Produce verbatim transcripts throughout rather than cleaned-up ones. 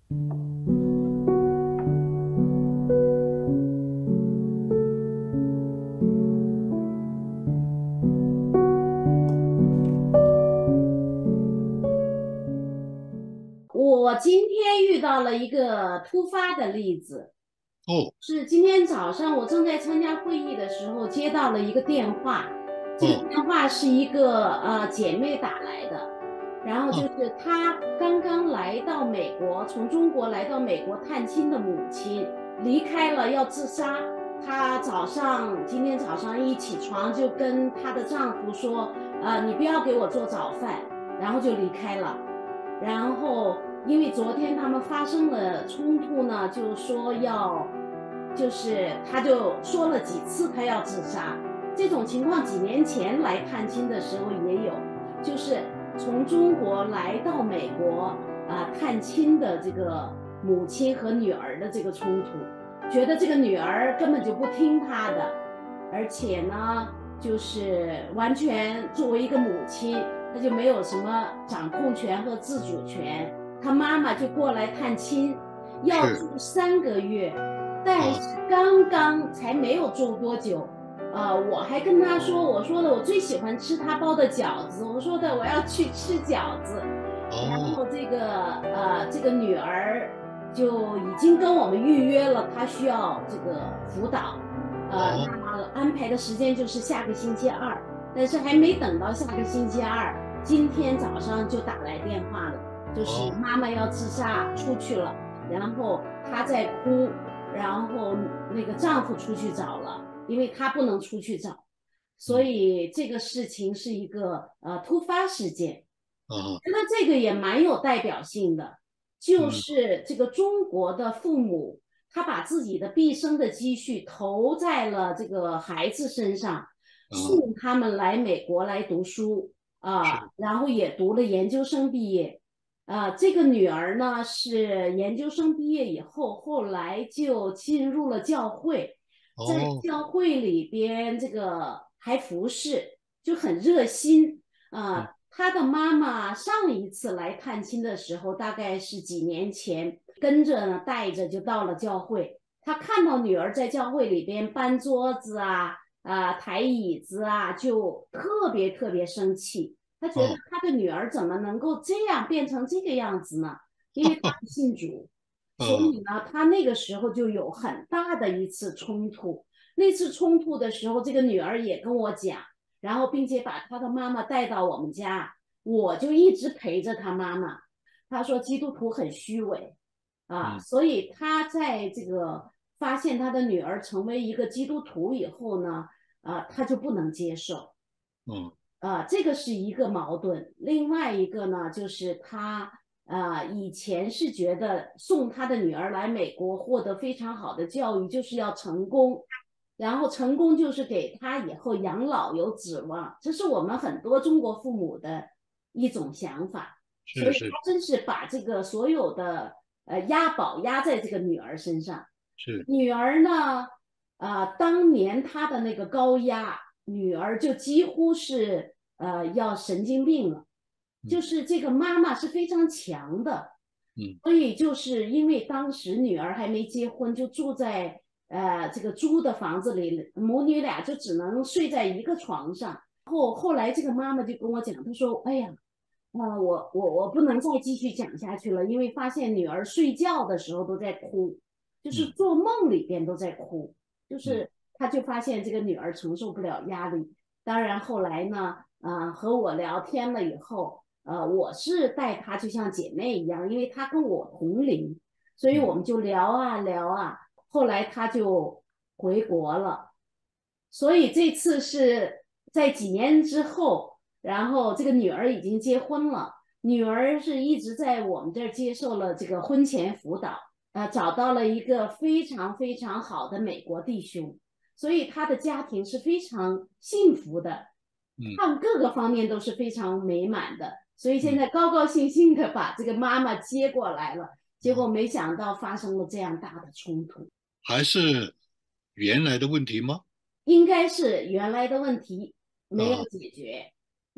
我今天遇到了一个突发的例子， 哦是今天早上我正在参加会议的时候接到了一个电话，这个哦电话是一个呃姐妹打来的，然后就哦是她刚刚来到美国，从中国来到美国探亲的母亲离开了要自杀，她早上今天早上一起床就跟她的丈夫说，呃你不要给我做早饭，然后就离开了。然后因为昨天他们发生了冲突呢，就说要，就是他就说了几次他要自杀。这种情况几年前来探亲的时候也有，就是从中国来到美国啊、呃探亲的这个母亲和女儿的这个冲突，觉得这个女儿根本就不听他的，而且呢，就是完全作为一个母亲。他就没有什么掌控权和自主权。他妈妈就过来探亲，要是住三个月，但啊是刚刚才没有住多久，呃，我还跟他说，我说的我最喜欢吃他包的饺子，我说的我要去吃饺子，然哦后这个呃这个女儿就已经跟我们预约了，她需要这个辅导，呃， 哦那安排的时间就是下个星期二，但是还没等到下个星期二，今天早上就打来电话了，就是哦妈妈要自杀出去了，然后她在哭，然后那个丈夫出去找了，因为她不能出去找，所嗯以这个事情是一个呃突发事件。 啊觉得这个也蛮有代表性的，就嗯是这个中国的父母，他把自己的毕生的积蓄投在了这个孩子身上， 啊送他们来美国来读书啊， 是然后也读了研究生毕业。啊，这个女儿呢是研究生毕业以后，后来就进入了教会，在哦教会里边这个还服侍，就很热心。 嗯啊，他的妈妈上一次来探亲的时候，大概是几年前，跟着呢带着就到了教会。他看到女儿在教会里边搬桌子啊、啊、抬椅子啊，就特别特别生气。他觉得哦他的女儿怎么能够这样变成这个样子呢？因为他不信主，所哦以呢，他那个时候就有很大的一次冲突。那次冲突的时候，这个女儿也跟我讲。然后并且把他的妈妈带到我们家，我就一直陪着他妈妈。他说基督徒很虚伪啊， 嗯所以他在这个发现他的女儿成为一个基督徒以后呢，啊，他就不能接受。 嗯啊，这个是一个矛盾。另外一个呢，就是他啊，以前是觉得送他的女儿来美国获得非常好的教育就是要成功，然后成功就是给他以后养老有指望，这是我们很多中国父母的一种想法。所以他是是真是把这个所有的呃押宝压在这个女儿身上。 是女儿呢，啊、呃当年她的那个高压，女儿就几乎是呃要神经病了，就嗯是这个妈妈是非常强的， 嗯所以就是因为当时女儿还没结婚，就住在呃这个租的房子里，母女俩就只能睡在一个床上。后后来这个妈妈就跟我讲，她说：“哎呀，啊、呃我我我不能再继续讲下去了，因为发现女儿睡觉的时候都在哭，就是嗯做梦里边都在哭，就嗯是她就发现这个女儿承受不了压力。当然后来呢，啊、呃和我聊天了以后，呃，我是带她就像姐妹一样，因为她跟我同龄，所以嗯我们就聊啊聊啊，后来她就回国了。所以这次是在几年之后，然后这个女儿已经结婚了，女儿是一直在我们这儿接受了这个婚前辅导，呃，找到了一个非常非常好的美国弟兄，所以她的家庭是非常幸福的， 嗯他们各个方面都是非常美满的，所以现嗯在高高兴兴的把这个妈妈接过来了，结果哦没想到发生了这样大的冲突。 还是原来的问题吗？ 应该是原来的问题没有啊解决，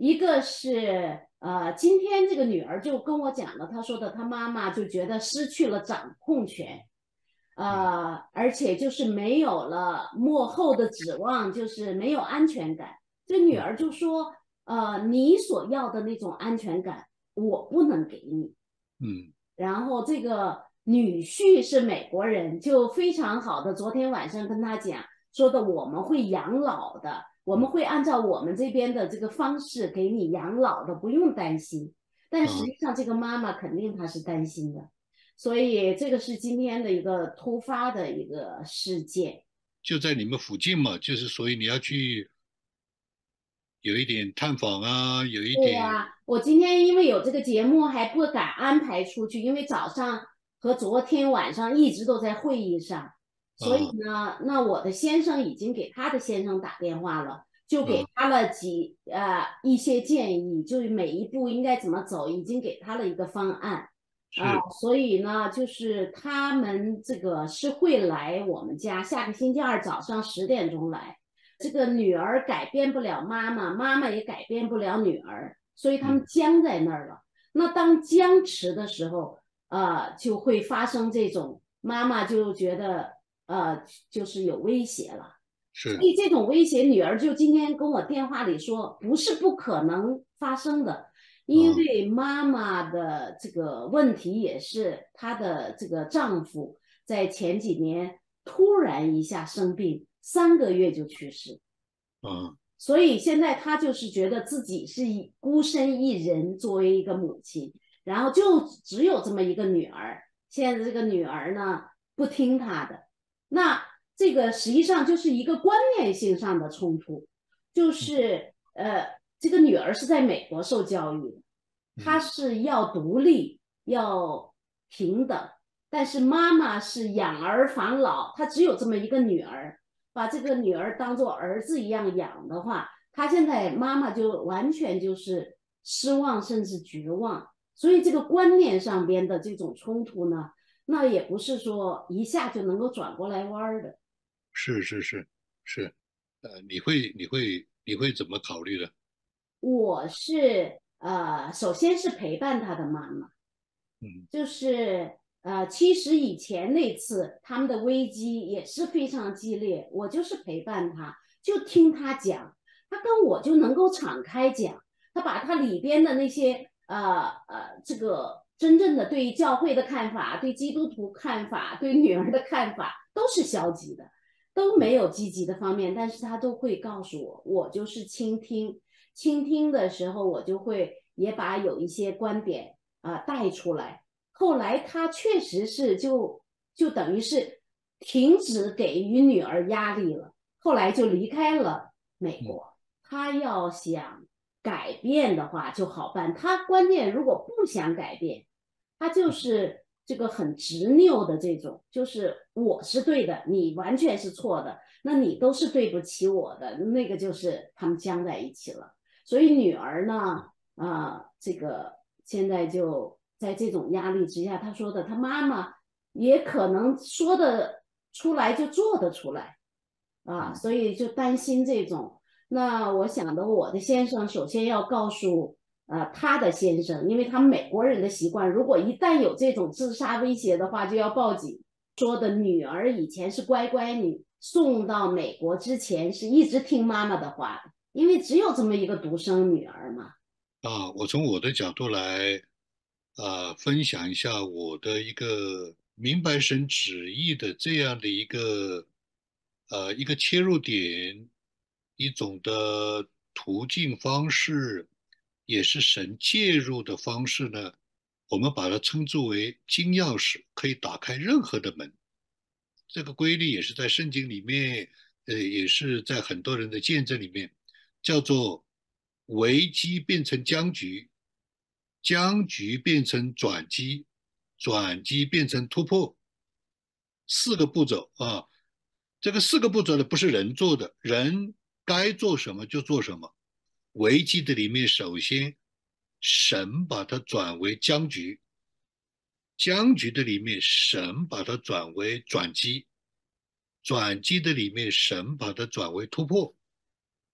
一个是呃，今天这个女儿就跟我讲了，她说的她妈妈就觉得失去了掌控权， 嗯呃，而且就是没有了幕后的指望，就是没有安全感。这女嗯儿就说，呃，你所要的那种安全感，我不能给你。 嗯然后这个女婿是美国人，就非常好的，昨天晚上跟他讲说的，我们会养老的，我们嗯会按照我们这边的这个方式给你养老的，不用担心。但实啊， 际上，这个妈妈肯定她是担心的，所以这个是今天的一个突发的一个事件。 就在你们附近嘛，就是所以你要去有一点探访啊，有一点对呀，我今天因为有这个节目，还不敢安排出去，因为早上和昨天晚上一直都在会议上，所以啊呢，那我的先生已经给他的先生打电话了，就给啊他了几呃一些建议，就是每一步应该怎么走，已经给他了一个方案啊， 是所以呢，就是他们这个是会来我们家，下个星期二早上十点钟来。这个女儿改变不了妈妈，妈妈也改变不了女儿，所以他们嗯僵在那儿了。那当僵持的时候，呃，就会发生这种妈妈就觉得呃就是有威胁了。所是以这种威胁，女儿就今天跟我电话里说，不是不可能发生的，因啊为妈妈的这个问题也是她的这个丈夫在前几年突然一下生病，三个月就去世， 啊所以现在她就是觉得自己是孤身一人作为一个母亲，然后就只有这么一个女儿，现在这个女儿呢不听她的，那这个实际上就是一个观念性上的冲突，就嗯是呃，这个女儿是在美国受教育的，她嗯是要独立，要平等，但是妈妈是养儿防老，她只有这么一个女儿，把这个女儿当做儿子一样养的话，她现在妈妈就完全就是失望甚至绝望，所以这个观念上边的这种冲突呢，那也不是说一下就能够转过来弯的。 是是是是，呃，你会你会你会怎么考虑的？ 我是呃，首先是陪伴她的妈妈， 嗯就是呃，其实以前那次他们的危机也是非常激烈，我就是陪伴他，就听他讲，他跟我就能够敞开讲，他把他里边的那些呃呃这个真正的对教会的看法、对基督徒看法、对女儿的看法都是消极的，都没有积极的方面，但是他都会告诉我，我就是倾听，倾听的时候我就会也把有一些观点啊、呃带出来。后来他确实是就就等于是停止给予女儿压力了，后来就离开了美嗯国。他要想改变的话就好办，他关键如果不想改变，他就是这个很执拗的这种，就是我是对的，你完全是错的，那你都是对不起我的，那个就是他们僵在一起了。所以女儿呢，啊、呃这个现在就在这种压力之下，她说的，她妈妈也可能说的出来就做得出来啊， 嗯所以就担心这种。那我想的，我的先生首先要告诉呃他的先生，因为他们美国人的习惯，如果一旦有这种自杀威胁的话，就要报警。说的女儿以前是乖乖女，送到美国之前是一直听妈妈的话的，因为只有这么一个独生女儿嘛。 啊，我从我的角度来啊分享一下我的一个明白神旨意的这样的一个呃一个切入点，一种的途径方式，也是神介入的方式呢。我们把它称之为金钥匙，可以打开任何的门。这个规律也是在圣经里面，呃，也是在很多人的见证里面，叫做危机变成僵局，僵局变成转机，转机变成突破，四个步骤啊。这个四个步骤呢，不是人做的，人该做什么就做什么。危机的里面，首先神把它转为僵局，僵局的里面，神把它转为转机，转机的里面，神把它转为突破。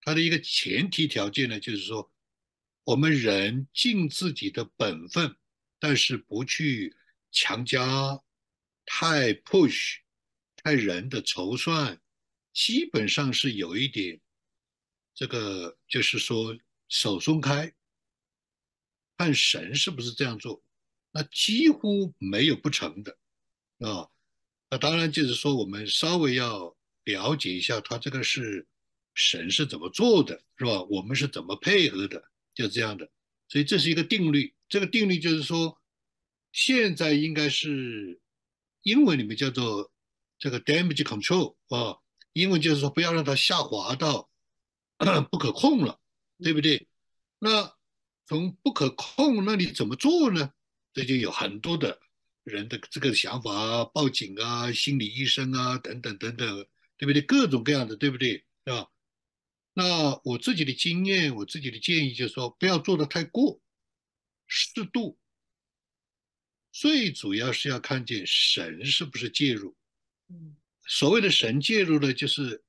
它的一个前提条件呢，就是说我们人尽自己的本分，但是不去强加太 push 太人的筹算，基本上是有一点这个，就是说手松开，看神是不是这样做，那几乎没有不成的啊。那当然就是说，我们稍微要了解一下他这个是神是怎么做的，是吧？我们是怎么配合的，就这样的。所以这是一个定律。这个定律就是说，现在应该是英文里面叫做这个 damage control 啊，英文就是说不要让它下滑到不可控了，对不对？那从不可控，那你怎么做呢？这就有很多的人的这个想法啊，报警啊，心理医生啊，等等等等，对不对？各种各样的，对不对？是吧？那我自己的经验，我自己的建议就是说，不要做的太过，适度。最主要是要看见神是不是介入。 嗯所谓的神介入呢，就是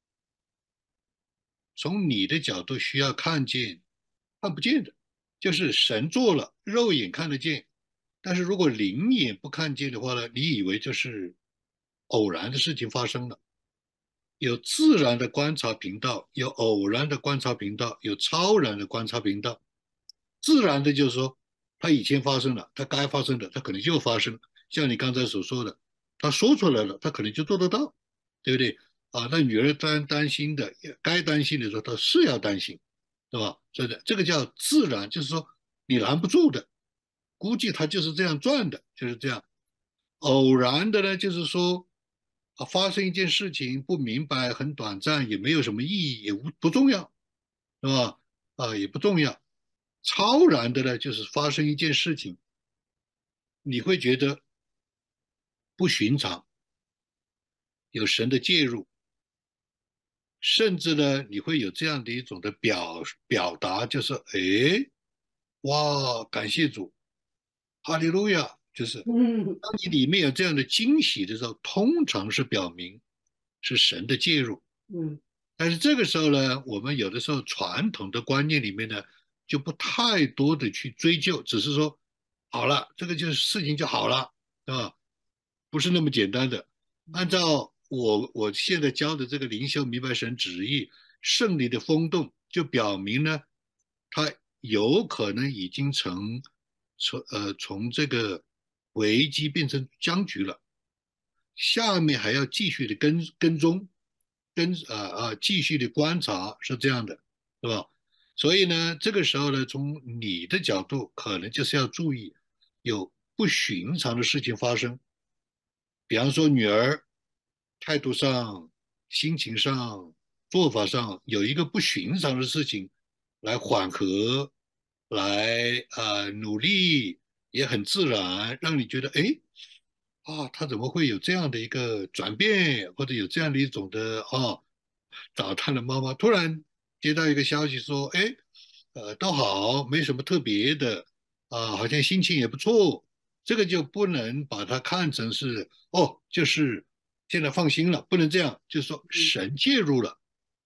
从你的角度需要看见看不见的，就是神做了，肉眼看得见，但是如果灵眼不看见的话呢，你以为就是偶然的事情发生了。有自然的观察频道，有偶然的观察频道，有超然的观察频道。自然的就是说，它以前发生了，它该发生的，它可能就发生。像你刚才所说的，他说出来了，他可能就做得到，对不对？啊，那女儿担担心的，该担心的时候，他是要担心，对吧？所以的这个叫自然，就是说你拦不住的，估计它就是这样转的，就是这样。偶然的呢，就是说啊，发生一件事情不明白，很短暂，也没有什么意义，也无不重要，是吧？啊，也不重要。超然的呢，就是发生一件事情，你会觉得不寻常，有神的介入，甚至呢，你会有这样的一种的表表达，就是诶，哇，感谢主，哈利路亚，就是嗯当你里面有这样的惊喜的时候，通常是表明是神的介入。 嗯但是这个时候呢，我们有的时候传统的观念里面呢，就不太多的去追究，只是说好了，这个就是事情就好了，啊，不是那么简单的。按照我我现在教的这个灵修明白神旨意，胜利的风动，就表明呢，它有可能已经从从呃从这个危机变成僵局了。下面还要继续的跟跟踪，跟啊啊继续的观察，是这样的，是吧？所以呢，这个时候呢，从你的角度，可能就是要注意有不寻常的事情发生，比方说女儿态度上、心情上、做法上有一个不寻常的事情来缓和，来啊、呃努力，也很自然，让你觉得哎。啊，他怎么会有这样的一个转变，或者有这样的一种的啊，找他的妈妈突然接到一个消息说，哎，呃，都好，没什么特别的啊，好像心情也不错，这个就不能把它看成是哦，就是现在放心了，不能这样，就是说嗯神介入了，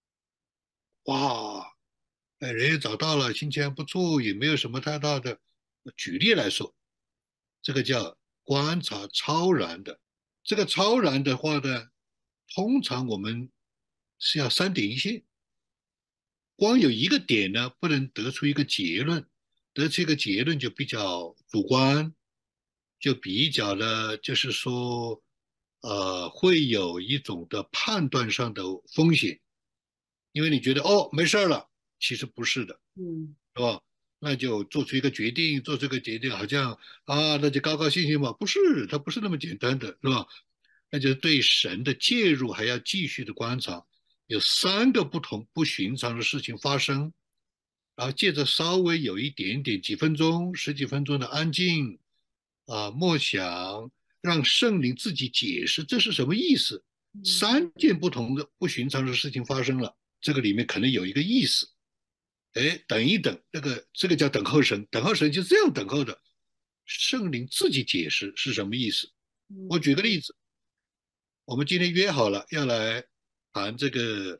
哇，哎，人也找到了，心情还不错，也没有什么太大的。举例来说，这个叫观察超然的。这个超然的话呢，通常我们是要三点一线，光有一个点呢，不能得出一个结论，得出一个结论就比较主观，就比较呢，就是说，呃，会有一种的判断上的风险，因为你觉得哦没事儿了，其实不是的， 嗯是吧？那就做出一个决定，做出一个决定，好像啊，那就高高兴兴嘛，不是，它不是那么简单的，是吧？那就是对神的介入还要继续的观察，有三个不同不寻常的事情发生，然后借着稍微有一点点几分钟、十几分钟的安静啊，默想，让圣灵自己解释这是什么意思。 嗯三件不同的不寻常的事情发生了，这个里面可能有一个意思。哎，等一等，那个这个叫等候神，等候神就这样等候的，圣灵自己解释是什么意思。我嗯举个例子，我们今天约好了要来谈这个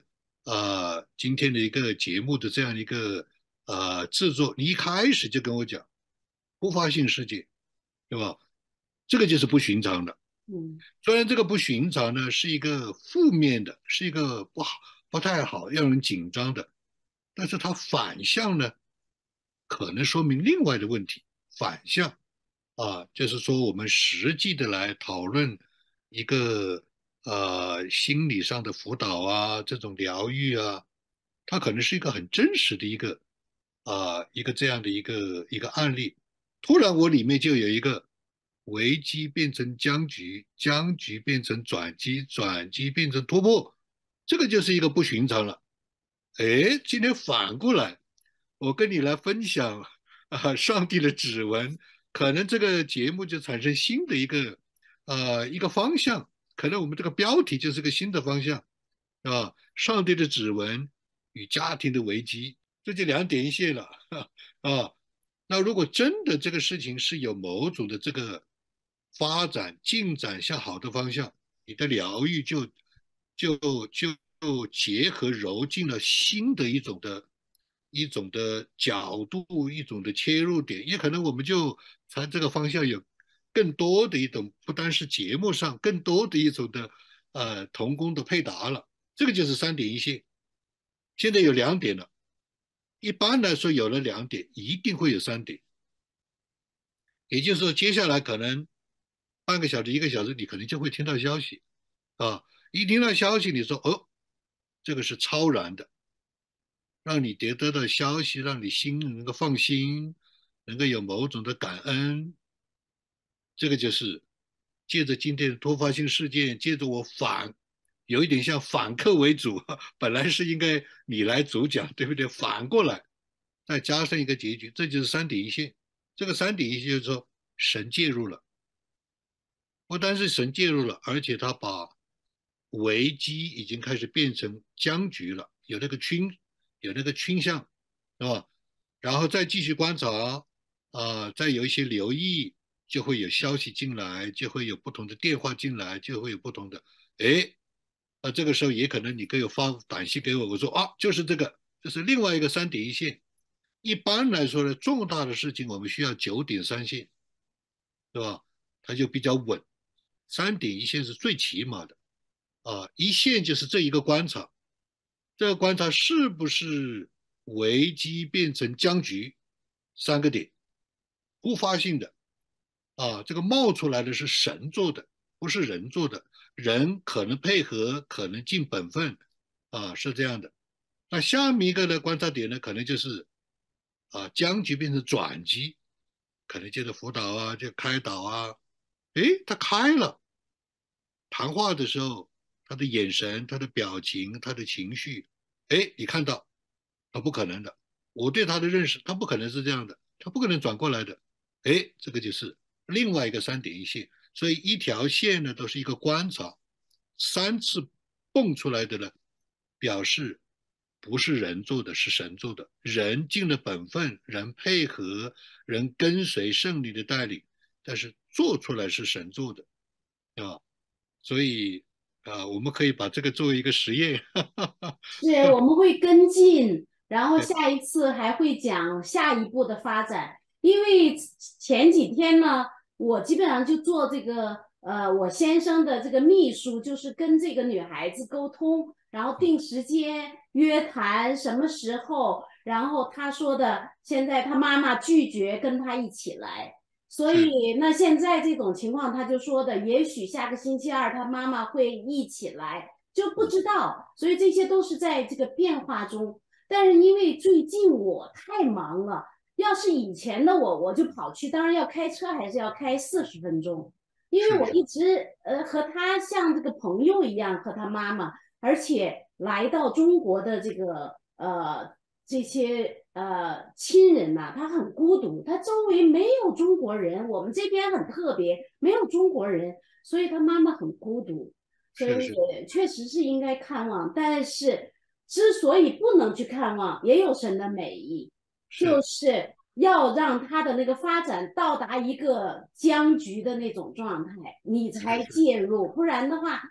呃今天的一个节目的这样一个呃制作，你一开始就跟我讲突发性事件，对吧？这个就是不寻常的。 嗯虽然这个不寻常呢是一个负面的，是一个不好、不太好、让人紧张的，但是它反向呢，可能说明另外的问题。反向啊，就是说我们实际的来讨论一个呃心理上的辅导啊，这种疗愈啊，它可能是一个很真实的一个啊、一个这样的一个一个案例。突然我里面就有一个危机变成僵局，僵局变成转机，转机变成突破，这个就是一个不寻常了。哎，今天反过来，我跟你来分享啊，上帝的指纹，可能这个节目就产生新的一个呃一个方向，可能我们这个标题就是个新的方向啊，上帝的指纹与家庭的危机，这就两点一线了啊。那如果真的这个事情是有某种的这个发展进展向好的方向，你的疗愈就就就结合揉进了新的一种的一种的角度，一种的切入点，也可能我们就朝这个方向有更多的一种，不单是节目上更多的一种的呃同工的配搭了。这个就是三点一线，现在有两点了。一般来说，有了两点，一定会有三点。也就是说，接下来可能半个小时、一个小时，你可能就会听到消息啊。一听到消息，你说哦，这个是超然的，让你得到的消息，让你心能够放心，能够有某种的感恩。这个就是借着今天的突发性事件，借着我反，有一点像反客为主，本来是应该你来主讲，对不对？反过来，再加上一个结局，这就是三点一线。这个三点一线就是说，神介入了。不单是神介入了，而且他把危机已经开始变成僵局了，有那个倾有那个倾向，是吧？然后再继续观察，啊、呃再有一些留意，就会有消息进来，就会有不同的电话进来，就会有不同的，哎，那这个时候也可能你给我发短信给我，我说啊，就是这个，这是另外一个三点一线。一般来说呢，重大的事情我们需要九点三线，对吧？它就比较稳。三点一线是最起码的啊，一线就是这一个观察，这个观察是不是危机变成僵局，三个点，突发性的啊，这个冒出来的是神做的，不是人做的，人可能配合，可能尽本分啊，是这样的。那下面一个的观察点呢，可能就是啊，僵局变成转机，可能就是辅导啊，就开导啊，诶，他开了。谈话的时候，他的眼神、他的表情、他的情绪，哎，你看到，他不可能的。我对他的认识，他不可能是这样的，他不可能转过来的。哎，这个就是另外一个三点一线。所以一条线呢，都是一个观察，三次蹦出来的呢，表示不是人做的，是神做的。人尽了本分，人配合，人跟随圣灵的带领，但是做出来是神做的，啊。所以啊、呃我们可以把这个作为一个实验。 是，我们会跟进，然后下一次还会讲下一步的发展。因为前几天呢，我基本上就做这个，呃，我先生的这个秘书，就是跟这个女孩子沟通，然后定时间约谈什么时候，然后他说的，现在他妈妈拒绝跟他一起来。所是以，那现在这种情况，他就说的，也许下个星期二他妈妈会一起来，就不知道，所以这些都是在这个变化中。但是因为最近我太忙了，要是以前的我，我就跑去，当然要开车，还是要开四十分钟，因为我是是一直呃和他像这个朋友一样和他妈妈，而且来到中国的这个呃这些呃亲人呐、他很孤独，他周围没有中国人，我们这边很特别，没有中国人，所以他妈妈很孤独。所以是是确实是应该看望，但是之所以不能去看望，也有神的美意，就是是要让他的那个发展到达一个僵局的那种状态，你才是是介入，不然的话，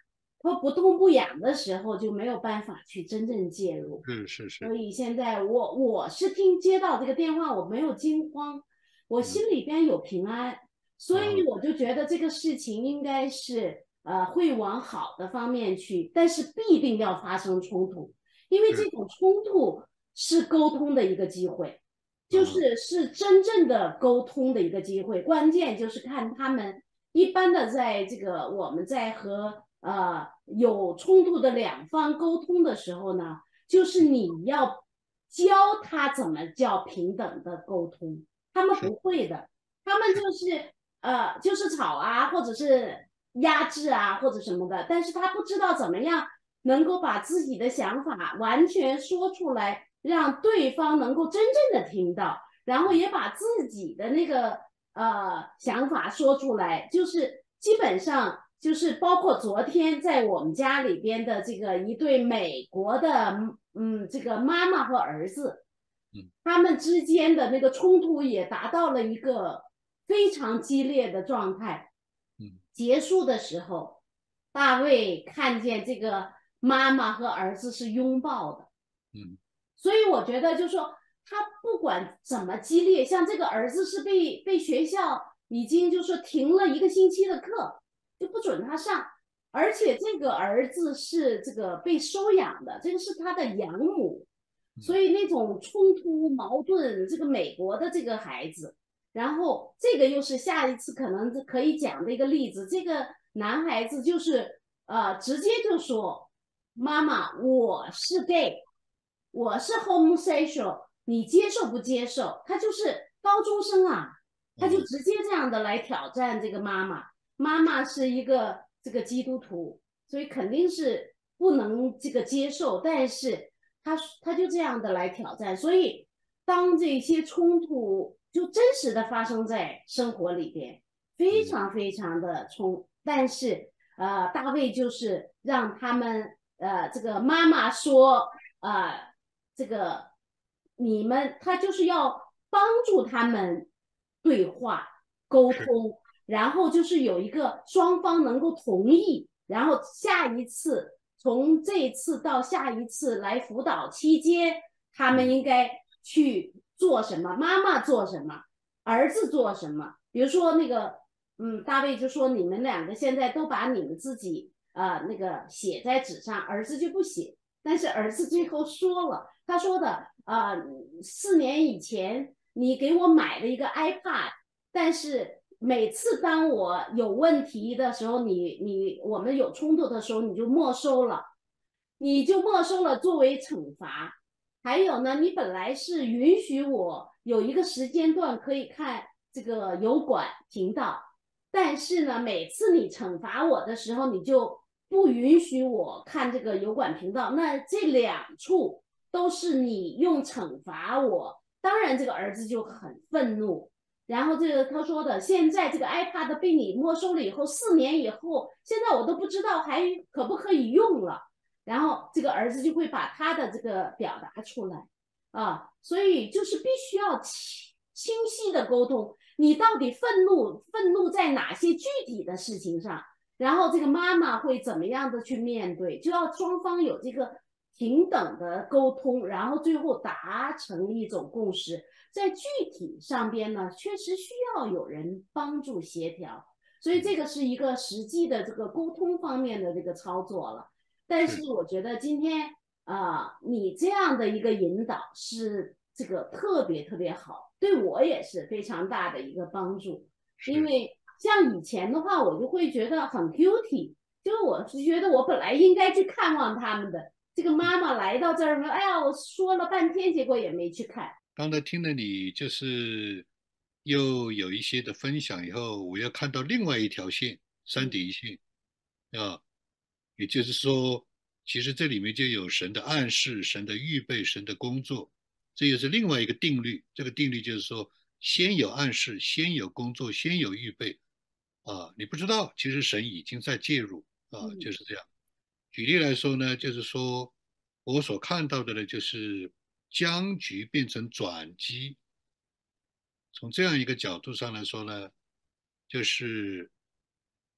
或不痛不痒的时候，就没有办法去真正介入。 是是是。 所以现在我我是听接到这个电话，我没有惊慌，我嗯心里边有平安，所以啊我就觉得这个事情应该是呃会往好的方面去，但是必定要发生冲突，因为这是种冲突是沟通的一个机会，就啊是是真正的沟通的一个机会，关键就是看他们一般的在这个我们在和呃有冲突的两方沟通的时候呢。就是你要教他怎么叫平等的沟通，他们是不会的，他们是就是呃就是吵啊，或者是压制啊，或者什么的，但是他不知道怎么样能够把自己的想法完全说出来，让对方能够真正的听到，然后也把自己的那个呃想法说出来，就是基本上就是包括昨天在我们家里边的这个一对美国的嗯这个妈妈和儿子， 嗯他们之间的那个冲突也达到了一个非常激烈的状态。 嗯结束的时候，大卫看见这个妈妈和儿子是拥抱的， 嗯所以我觉得就是说，他不管怎么激烈，像这个儿子是被被学校已经就是停了一个星期的课，就不准他上，而且这个儿子是这个被收养的，这个是他的养母，所嗯以那种冲突矛盾，这个美国的这个孩子，然后这个又是下一次可能可以讲的一个例子，这个男孩子就是呃直接就说妈妈我是 gay。我是 homosexual，你接受不接受？他就是高中生啊，他就啊直接这样的来挑战这个妈妈。妈妈是一个这个基督徒，所以肯定是不能这个接受，但是他他就这样的来挑战。所以当这些冲突就真实的发生在生活里边，非嗯常非常的冲，但是呃，大卫就是让他们呃这个妈妈说呃这个你们他就是要帮助他们对话沟是通，然后就是有一个双方能够同意，然后下一次从这一次到下一次来辅导期间，他们嗯应该去做什么，妈妈做什么，儿子做什么。比如说那个，嗯，大卫就说你们两个现在都把你们自己呃那个写在纸上，儿子就不写。但是儿子最后说了，他说的啊、呃，四年以前你给我买了一个 iPad，但是每次当我有问题的时候，你你我们有冲突的时候，你就没收了，你就没收了作为惩罚。还有呢，你本来是允许我有一个时间段可以看这个油管频道，但是呢，每次你惩罚我的时候，你就不允许我看这个油管频道。那这两处都是你用惩罚我，当然这个儿子就很愤怒。然后这个他说的，现在这个 iPad 被你没收了以后，四年以后，现在我都不知道还可不可以用了。然后这个儿子就会把他的这个表达出来啊，所以就是必须要清清晰的沟通，你到底愤怒愤怒在哪些具体的事情上，然后这个妈妈会怎么样的去面对，就要双方有这个平等的沟通，然后最后达成一种共识。在具体上边呢，确实需要有人帮助协调，所以这嗯个是一个实际的这个沟通方面的这个操作了。但是是我觉得今天啊、呃你这样的一个引导是这个特别特别好，对我也是非常大的一个帮助。因是为像以前的话，我就会觉得很 guilty，就是我是觉得我本来应该去看望他们的。这个妈妈来到这儿说：“哎呀，我说了半天，结果也没去看。” 刚才听了你就是又有一些的分享以后，我又看到另外一条线，山嗯底线啊，也就是说，其实这里面就有神的暗示、神的预备、神的工作，这也是另外一个定律。这个定律就是说，先有暗示，先有工作，先有预备啊。你不知道，其实神已经在介入啊， 嗯就是这样。举例来说呢，就是说我所看到的呢，就是僵局变成转机。从这样一个角度上来说呢，就是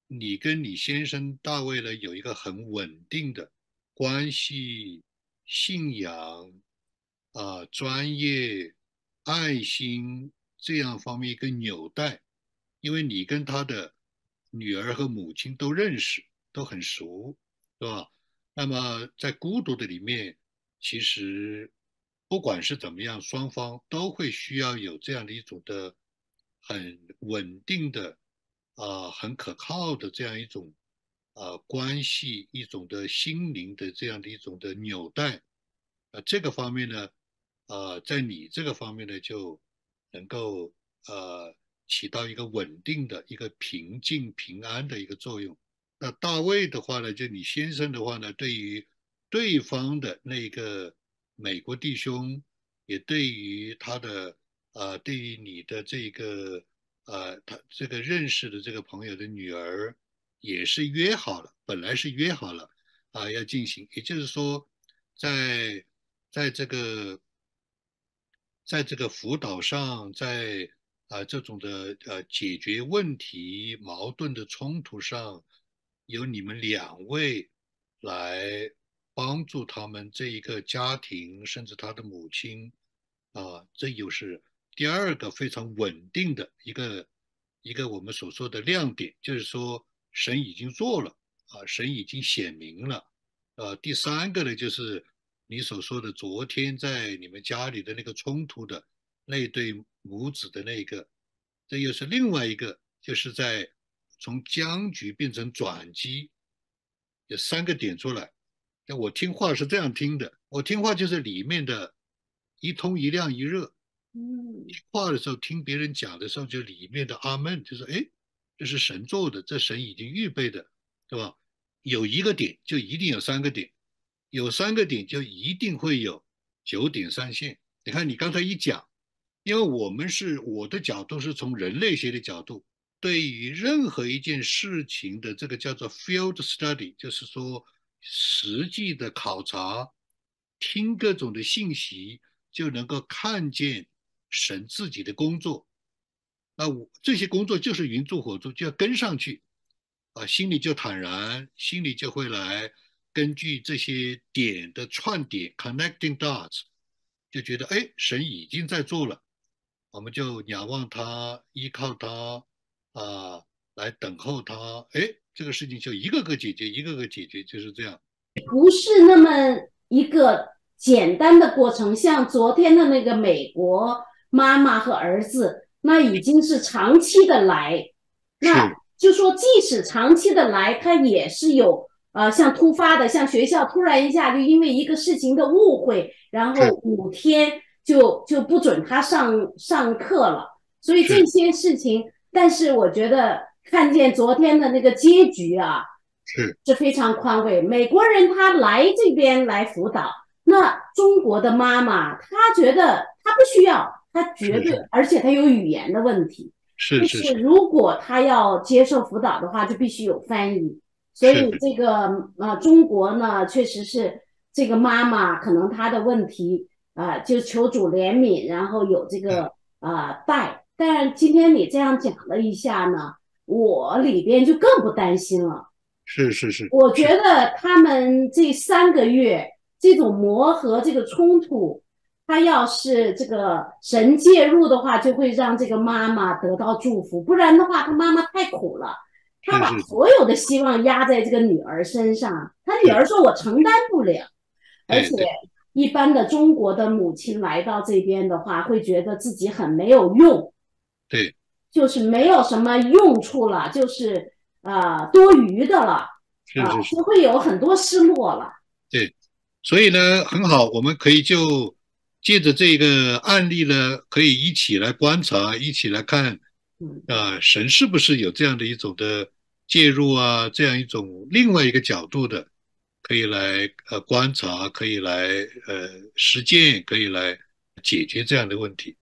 你跟你先生大卫呢有一个很稳定的关系、信仰啊、专业、爱心这样方面一个纽带，因为你跟他的女儿和母亲都认识，都很熟，是吧？那么在孤独的里面，其实不管是怎么样，双方都会需要有这样的一种的很稳定的啊、呃很可靠的这样一种呃关系，一种的心灵的这样的一种的纽带。呃，这个方面呢，呃，在你这个方面呢，就能够呃起到一个稳定的一个平静平安的一个作用。那大卫的话呢，就你先生的话呢，对于对方的那个美国弟兄，也对于他的呃，对于你的这个呃，他这个认识的这个朋友的女儿，也是约好了，本来是约好了啊，要进行，也就是说，在在这个在这个辅导上，在啊、呃这种的呃解决问题矛盾的冲突上，由你们两位来帮助他们这一个家庭，甚至他的母亲啊、这又是第二个非常稳定的一个一个我们所说的亮点，就是说神已经做了啊、神已经显明了。呃，第三个呢，就是你所说的昨天在你们家里的那个冲突的那对母子的那个，这又是另外一个，就是在从僵局变成转机，有三个点出来。那我听话是这样听的，我听话就是里面的一通一亮一热。 嗯听话的时候，听别人讲的时候，就里面的阿门，就是哎，这是神做的，这神已经预备的，对吧？有一个点就一定有三个点，有三个点就一定会有九点三线。你看你刚才一讲，因为我们是我的角度是从人类学的角度，对于任何一件事情的这个叫做 field study，就是说实际的考察，听各种的信息，就能够看见神自己的工作。那我这些工作就是云助火助，就要跟上去啊，心里就坦然，心里就会来根据这些点的串点 （connecting dots），就觉得哎，神已经在做了，我们就仰望他，依靠他啊，来等候他。哎，这个事情就一个个解决，一个个解决，就是这样。 不是那么一个简单的过程。像昨天的那个美国妈妈和儿子，那已经是长期的来，那是就说即使长期的来，他也是有呃像突发的，像学校突然一下就因为一个事情的误会，然后是五天就就不准他上上课了。所以这是些事情，但是我觉得看见昨天的那个结局啊， 是是非常宽慰。美国人他来这边来辅导，那中国的妈妈她觉得她不需要，她绝对， 是是而且她有语言的问题，就是是是是如果她要接受辅导的话，就必须有翻译。所以是这个呃，中国呢，确实是这个妈妈可能她的问题啊、呃就求主怜悯，然后有这个啊、呃带。但今天你这样讲了一下呢，我里边就更不担心了。 是是是我觉是得他们这三个月这种磨合、这个冲突，他要是这个神介入的话，就会让这个妈妈得到祝福；不然的话，他妈妈太苦了，他把是是是， 所有的希望压在这个女儿身上。他女儿说：“我承担不了。”而且对对一般的中国的母亲来到这边的话，会觉得自己很没有用， 对， 就是没有什么用处了，就是呃多余的了。啊， 是是是， 就会有很多失落了。 对。所以呢，很好，我们可以就借着这个案例呢，可以一起来观察，一起来看， 嗯， 啊、神是不是有这样的一种的介入啊，这样一种另外一个角度的，可以来呃观察，可以来呃实践，可以来解决这样的问题。